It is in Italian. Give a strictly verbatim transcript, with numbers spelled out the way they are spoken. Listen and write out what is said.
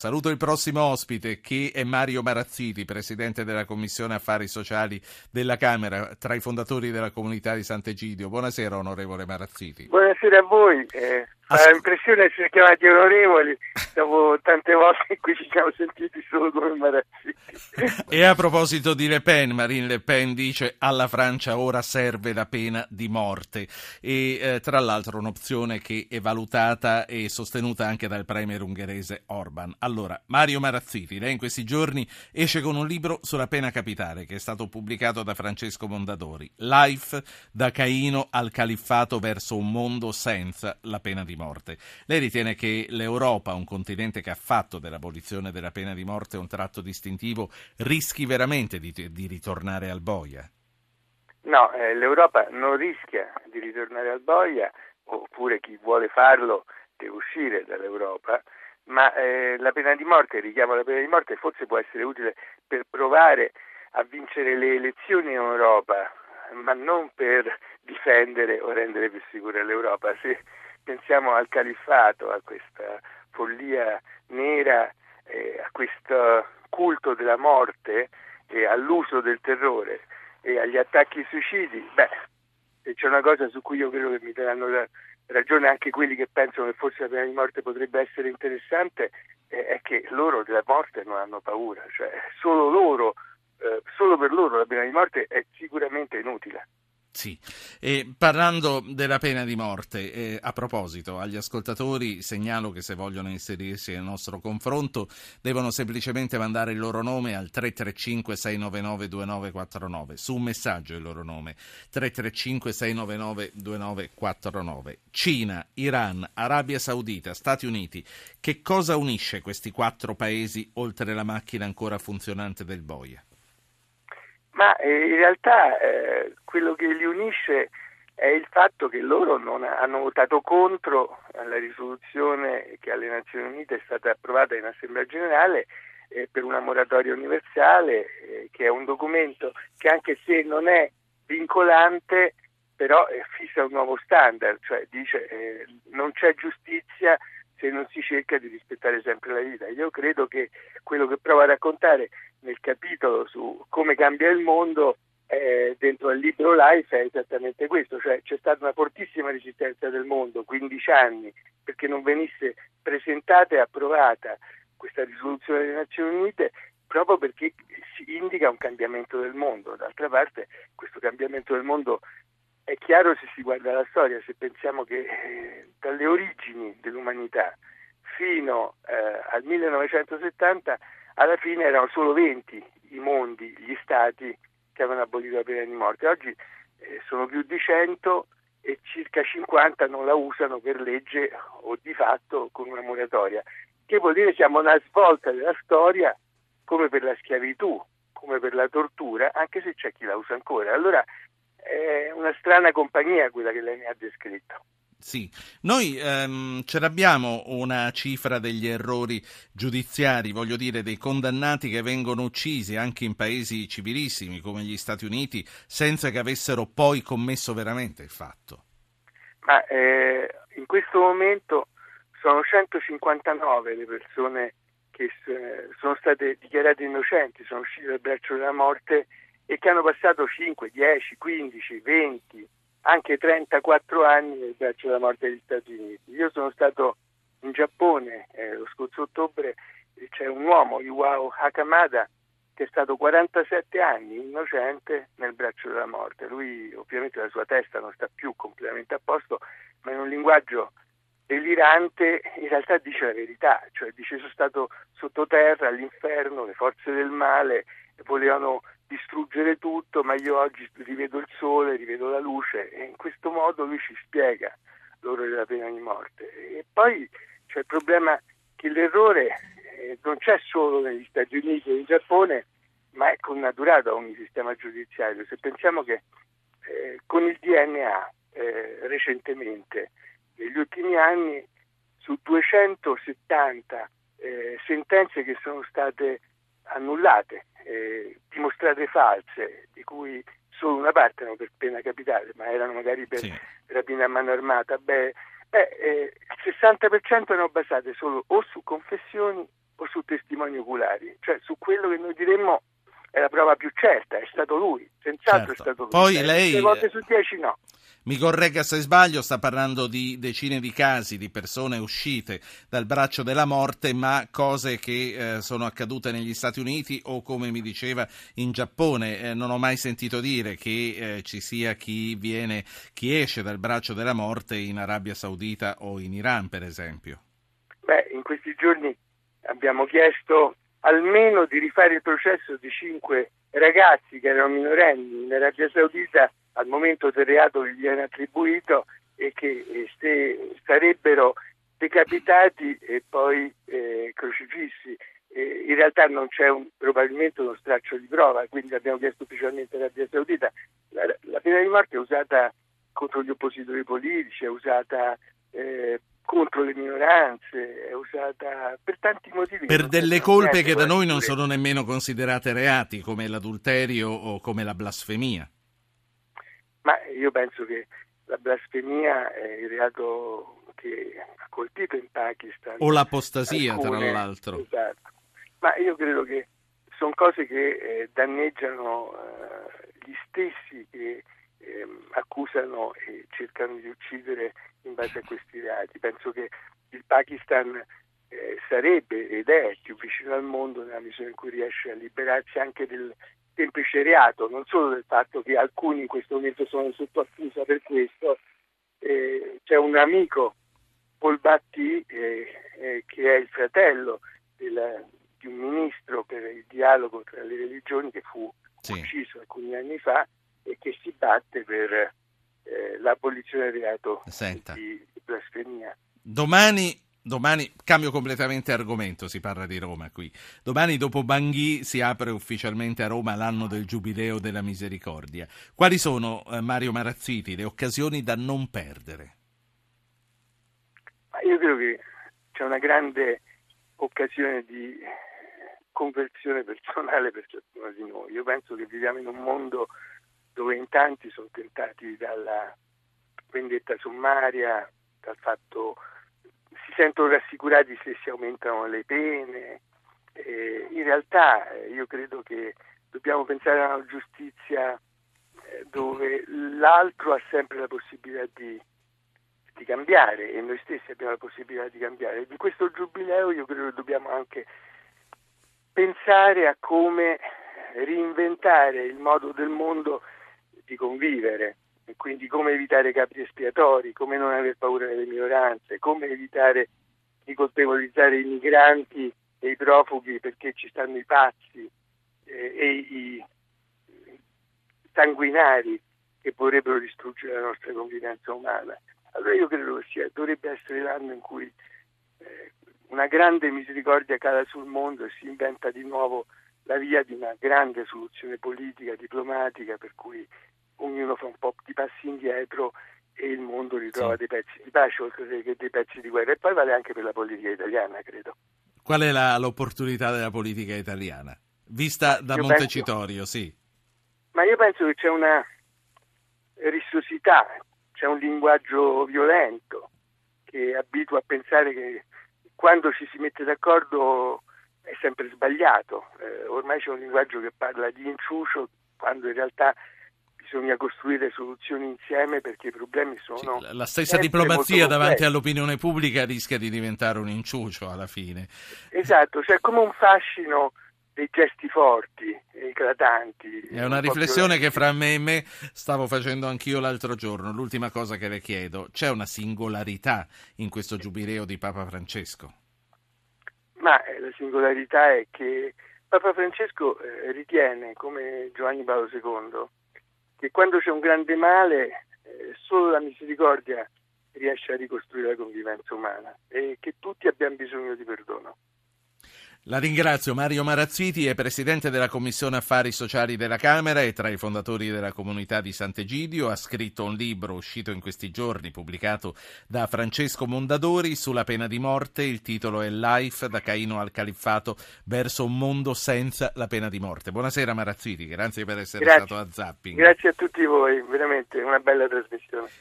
Saluto il prossimo ospite, che è Mario Marazziti, presidente della Commissione Affari Sociali della Camera, tra i fondatori della comunità di Sant'Egidio. Buonasera, onorevole Marazziti. Buonasera a voi. Eh, As- fa impressione essere chiamati onorevoli dopo tante volte in cui ci siamo sentiti solo come Marazziti. E a proposito di Le Pen, Marine Le Pen dice: alla Francia ora serve la pena di morte, e eh, tra l'altro un'opzione che è valutata e sostenuta anche dal premier ungherese Orban. Allora, Mario Marazziti, lei in questi giorni esce con un libro sulla pena capitale che è stato pubblicato da Francesco Mondadori, Life da Caino al califfato verso un mondo senza la pena di morte. Lei ritiene che l'Europa, un continente che ha fatto dell'abolizione della pena di morte un tratto distintivo, rischi veramente di, di ritornare al boia? No, eh, l'Europa non rischia di ritornare al boia, oppure chi vuole farlo deve uscire dall'Europa, ma eh, la pena di morte, il richiamo alla pena di morte forse può essere utile per provare a vincere le elezioni in Europa, ma non per difendere o rendere più sicura l'Europa. Se pensiamo al califfato, a questa follia nera, eh, a questo culto della morte e all'uso del terrore e agli attacchi ai suicidi, beh, se c'è una cosa su cui io credo che mi daranno la ragione anche quelli che pensano che forse la pena di morte potrebbe essere interessante, eh, è che loro della morte non hanno paura, cioè solo loro, eh, solo per loro la pena di morte è sicuramente inutile. Sì, e parlando della pena di morte, eh, a proposito, agli ascoltatori segnalo che se vogliono inserirsi nel nostro confronto devono semplicemente mandare il loro nome al tre tre cinque sei nove nove due nove quattro nove, su un messaggio il loro nome, tre tre cinque sei nove nove due nove quattro nove. Cina, Iran, Arabia Saudita, Stati Uniti, che cosa unisce questi quattro paesi oltre la macchina ancora funzionante del boia? Ma eh, in realtà eh, quello che li unisce è il fatto che loro non hanno votato contro la risoluzione che alle Nazioni Unite è stata approvata in Assemblea Generale eh, per una moratoria universale, eh, che è un documento che, anche se non è vincolante, però eh, fissa un nuovo standard, cioè dice eh, non c'è giustizia se non si cerca di rispettare sempre la vita. Io credo che quello che provo a raccontare nel capitolo su come cambia il mondo eh, dentro al libro Life è esattamente questo, cioè c'è stata una fortissima resistenza del mondo, quindici anni, perché non venisse presentata e approvata questa risoluzione delle Nazioni Unite, proprio perché si indica un cambiamento del mondo. D'altra parte questo cambiamento del mondo è chiaro se si guarda la storia, se pensiamo che eh, dalle origini dell'umanità fino eh, al millenovecentosettanta alla fine erano solo venti i mondi, gli stati che avevano abolito la pena di morte. Oggi eh, sono più di cento e circa cinquanta non la usano per legge o di fatto con una moratoria, che vuol dire che siamo a una svolta della storia, come per la schiavitù, come per la tortura, anche se c'è chi la usa ancora. Allora è una strana compagnia quella che lei mi ha descritto. Sì, noi ehm, ce l'abbiamo una cifra degli errori giudiziari, voglio dire dei condannati che vengono uccisi anche in paesi civilissimi come gli Stati Uniti senza che avessero poi commesso veramente il fatto. Ma eh, in questo momento sono centocinquantanove le persone che eh, sono state dichiarate innocenti, sono uscite dal braccio della morte e che hanno passato cinque, dieci, quindici, venti, anche trentaquattro anni nel braccio della morte degli Stati Uniti. Io sono stato in Giappone eh, lo scorso ottobre, e c'è un uomo, Iwao Hakamada, che è stato quarantasette anni innocente nel braccio della morte. Lui ovviamente la sua testa non sta più completamente a posto, ma in un linguaggio delirante in realtà dice la verità, cioè dice sono stato sottoterra all'inferno, le forze del male volevano distruggere tutto, ma io oggi rivedo il sole, rivedo la luce, e in questo modo lui ci spiega l'orrore della pena di morte. E poi c'è il problema che l'errore eh, non c'è solo negli Stati Uniti e in Giappone, ma è connaturato a ogni sistema giudiziario. Se pensiamo che eh, con il D N A eh, recentemente, negli ultimi anni, su duecentosettanta eh, sentenze che sono state annullate, eh, dimostrate false, di cui solo una parte erano per pena capitale, ma erano magari per Sì. rapina a mano armata, beh, beh eh, il sessanta per cento erano basate solo o su confessioni o su testimoni oculari, cioè su quello che noi diremmo è la prova più certa, è stato lui, senz'altro certo. è stato lui. Poi cioè, lei, sei volte su dieci no. Mi corregga se sbaglio, sta parlando di decine di casi di persone uscite dal braccio della morte, ma cose che eh, sono accadute negli Stati Uniti o, come mi diceva, in Giappone. Eh, non ho mai sentito dire che eh, ci sia chi viene, chi esce dal braccio della morte in Arabia Saudita o in Iran, per esempio. Beh, in questi giorni abbiamo chiesto almeno di rifare il processo di cinque ragazzi che erano minorenni in Arabia Saudita al momento del reato che gli viene attribuito e che eh, se sarebbero decapitati e poi eh, crocifissi. Eh, in realtà non c'è un, probabilmente uno straccio di prova, quindi abbiamo chiesto ufficialmente all'Arabia Saudita. La, la pena di morte è usata contro gli oppositori politici, è usata eh, contro le minoranze, è usata per tanti motivi. Per delle colpe che da noi non sono nemmeno considerate reati, come l'adulterio o come la blasfemia. Ma io penso che la blasfemia è il reato che ha colpito in Pakistan. O l'apostasia, alcune, tra l'altro. Esatto. Ma io credo che sono cose che eh, danneggiano eh, gli stessi che eh, accusano e cercano di uccidere in base a questi reati. Penso che il Pakistan eh, sarebbe ed è il più vicino al mondo nella misura in cui riesce a liberarsi anche del semplice reato, non solo del fatto che alcuni in questo momento sono sotto accusa per questo. Eh, c'è un amico, Paul Bhatti, eh, eh, che è il fratello del, di un ministro per il dialogo tra le religioni che fu sì. ucciso alcuni anni fa e che si batte per eh, l'abolizione del reato Senta. di blasfemia. Domani Domani, cambio completamente argomento, si parla di Roma qui. Domani dopo Bangui si apre ufficialmente a Roma l'anno del Giubileo della Misericordia. Quali sono, eh, Mario Marazziti, le occasioni da non perdere? Ma io credo che c'è una grande occasione di conversione personale per ciascuno di noi. Io penso che viviamo in un mondo dove in tanti sono tentati dalla vendetta sommaria, dal fatto si sentono rassicurati se si aumentano le pene. Eh, in realtà eh, io credo che dobbiamo pensare a una giustizia eh, dove l'altro ha sempre la possibilità di, di cambiare e noi stessi abbiamo la possibilità di cambiare. Di questo giubileo io credo che dobbiamo anche pensare a come reinventare il modo del mondo di convivere. E quindi come evitare capri espiatori, come non aver paura delle minoranze, come evitare di colpevolizzare i migranti e i profughi perché ci stanno i pazzi eh, e i sanguinari che vorrebbero distruggere la nostra convivenza umana. Allora io credo che sia, dovrebbe essere l'anno in cui eh, una grande misericordia cala sul mondo e si inventa di nuovo la via di una grande soluzione politica, diplomatica, per cui ognuno fa un po' di passi indietro e il mondo ritrova sì. dei pezzi di pace oltre che dei pezzi di guerra. E poi vale anche per la politica italiana, credo. Qual è la, l'opportunità della politica italiana? Vista da io Montecitorio, penso, sì. Ma io penso che c'è una rissosità, c'è un linguaggio violento che abitua a pensare che quando ci si mette d'accordo è sempre sbagliato. Eh, ormai c'è un linguaggio che parla di inciucio quando in realtà bisogna costruire soluzioni insieme perché i problemi sono... Sì, la stessa diplomazia davanti all'opinione pubblica rischia di diventare un inciucio alla fine. Esatto, c'è come un fascino dei gesti forti, eclatanti. È una un riflessione che fra me e me stavo facendo anch'io l'altro giorno. L'ultima cosa che le chiedo, c'è una singolarità in questo giubileo di Papa Francesco? Ma eh, la singolarità è che Papa Francesco eh, ritiene, come Giovanni Paolo secondo, che quando c'è un grande male eh, solo la misericordia riesce a ricostruire la convivenza umana e che tutti abbiamo bisogno di perdono. La ringrazio. Mario Marazziti è presidente della Commissione Affari Sociali della Camera e tra i fondatori della comunità di Sant'Egidio. Ha scritto un libro uscito in questi giorni, pubblicato da Francesco Mondadori, sulla pena di morte. Il titolo è Life, da Caino al Califfato, verso un mondo senza la pena di morte. Buonasera Marazziti, grazie per essere grazie. stato a Zapping. Grazie a tutti voi, veramente una bella trasmissione.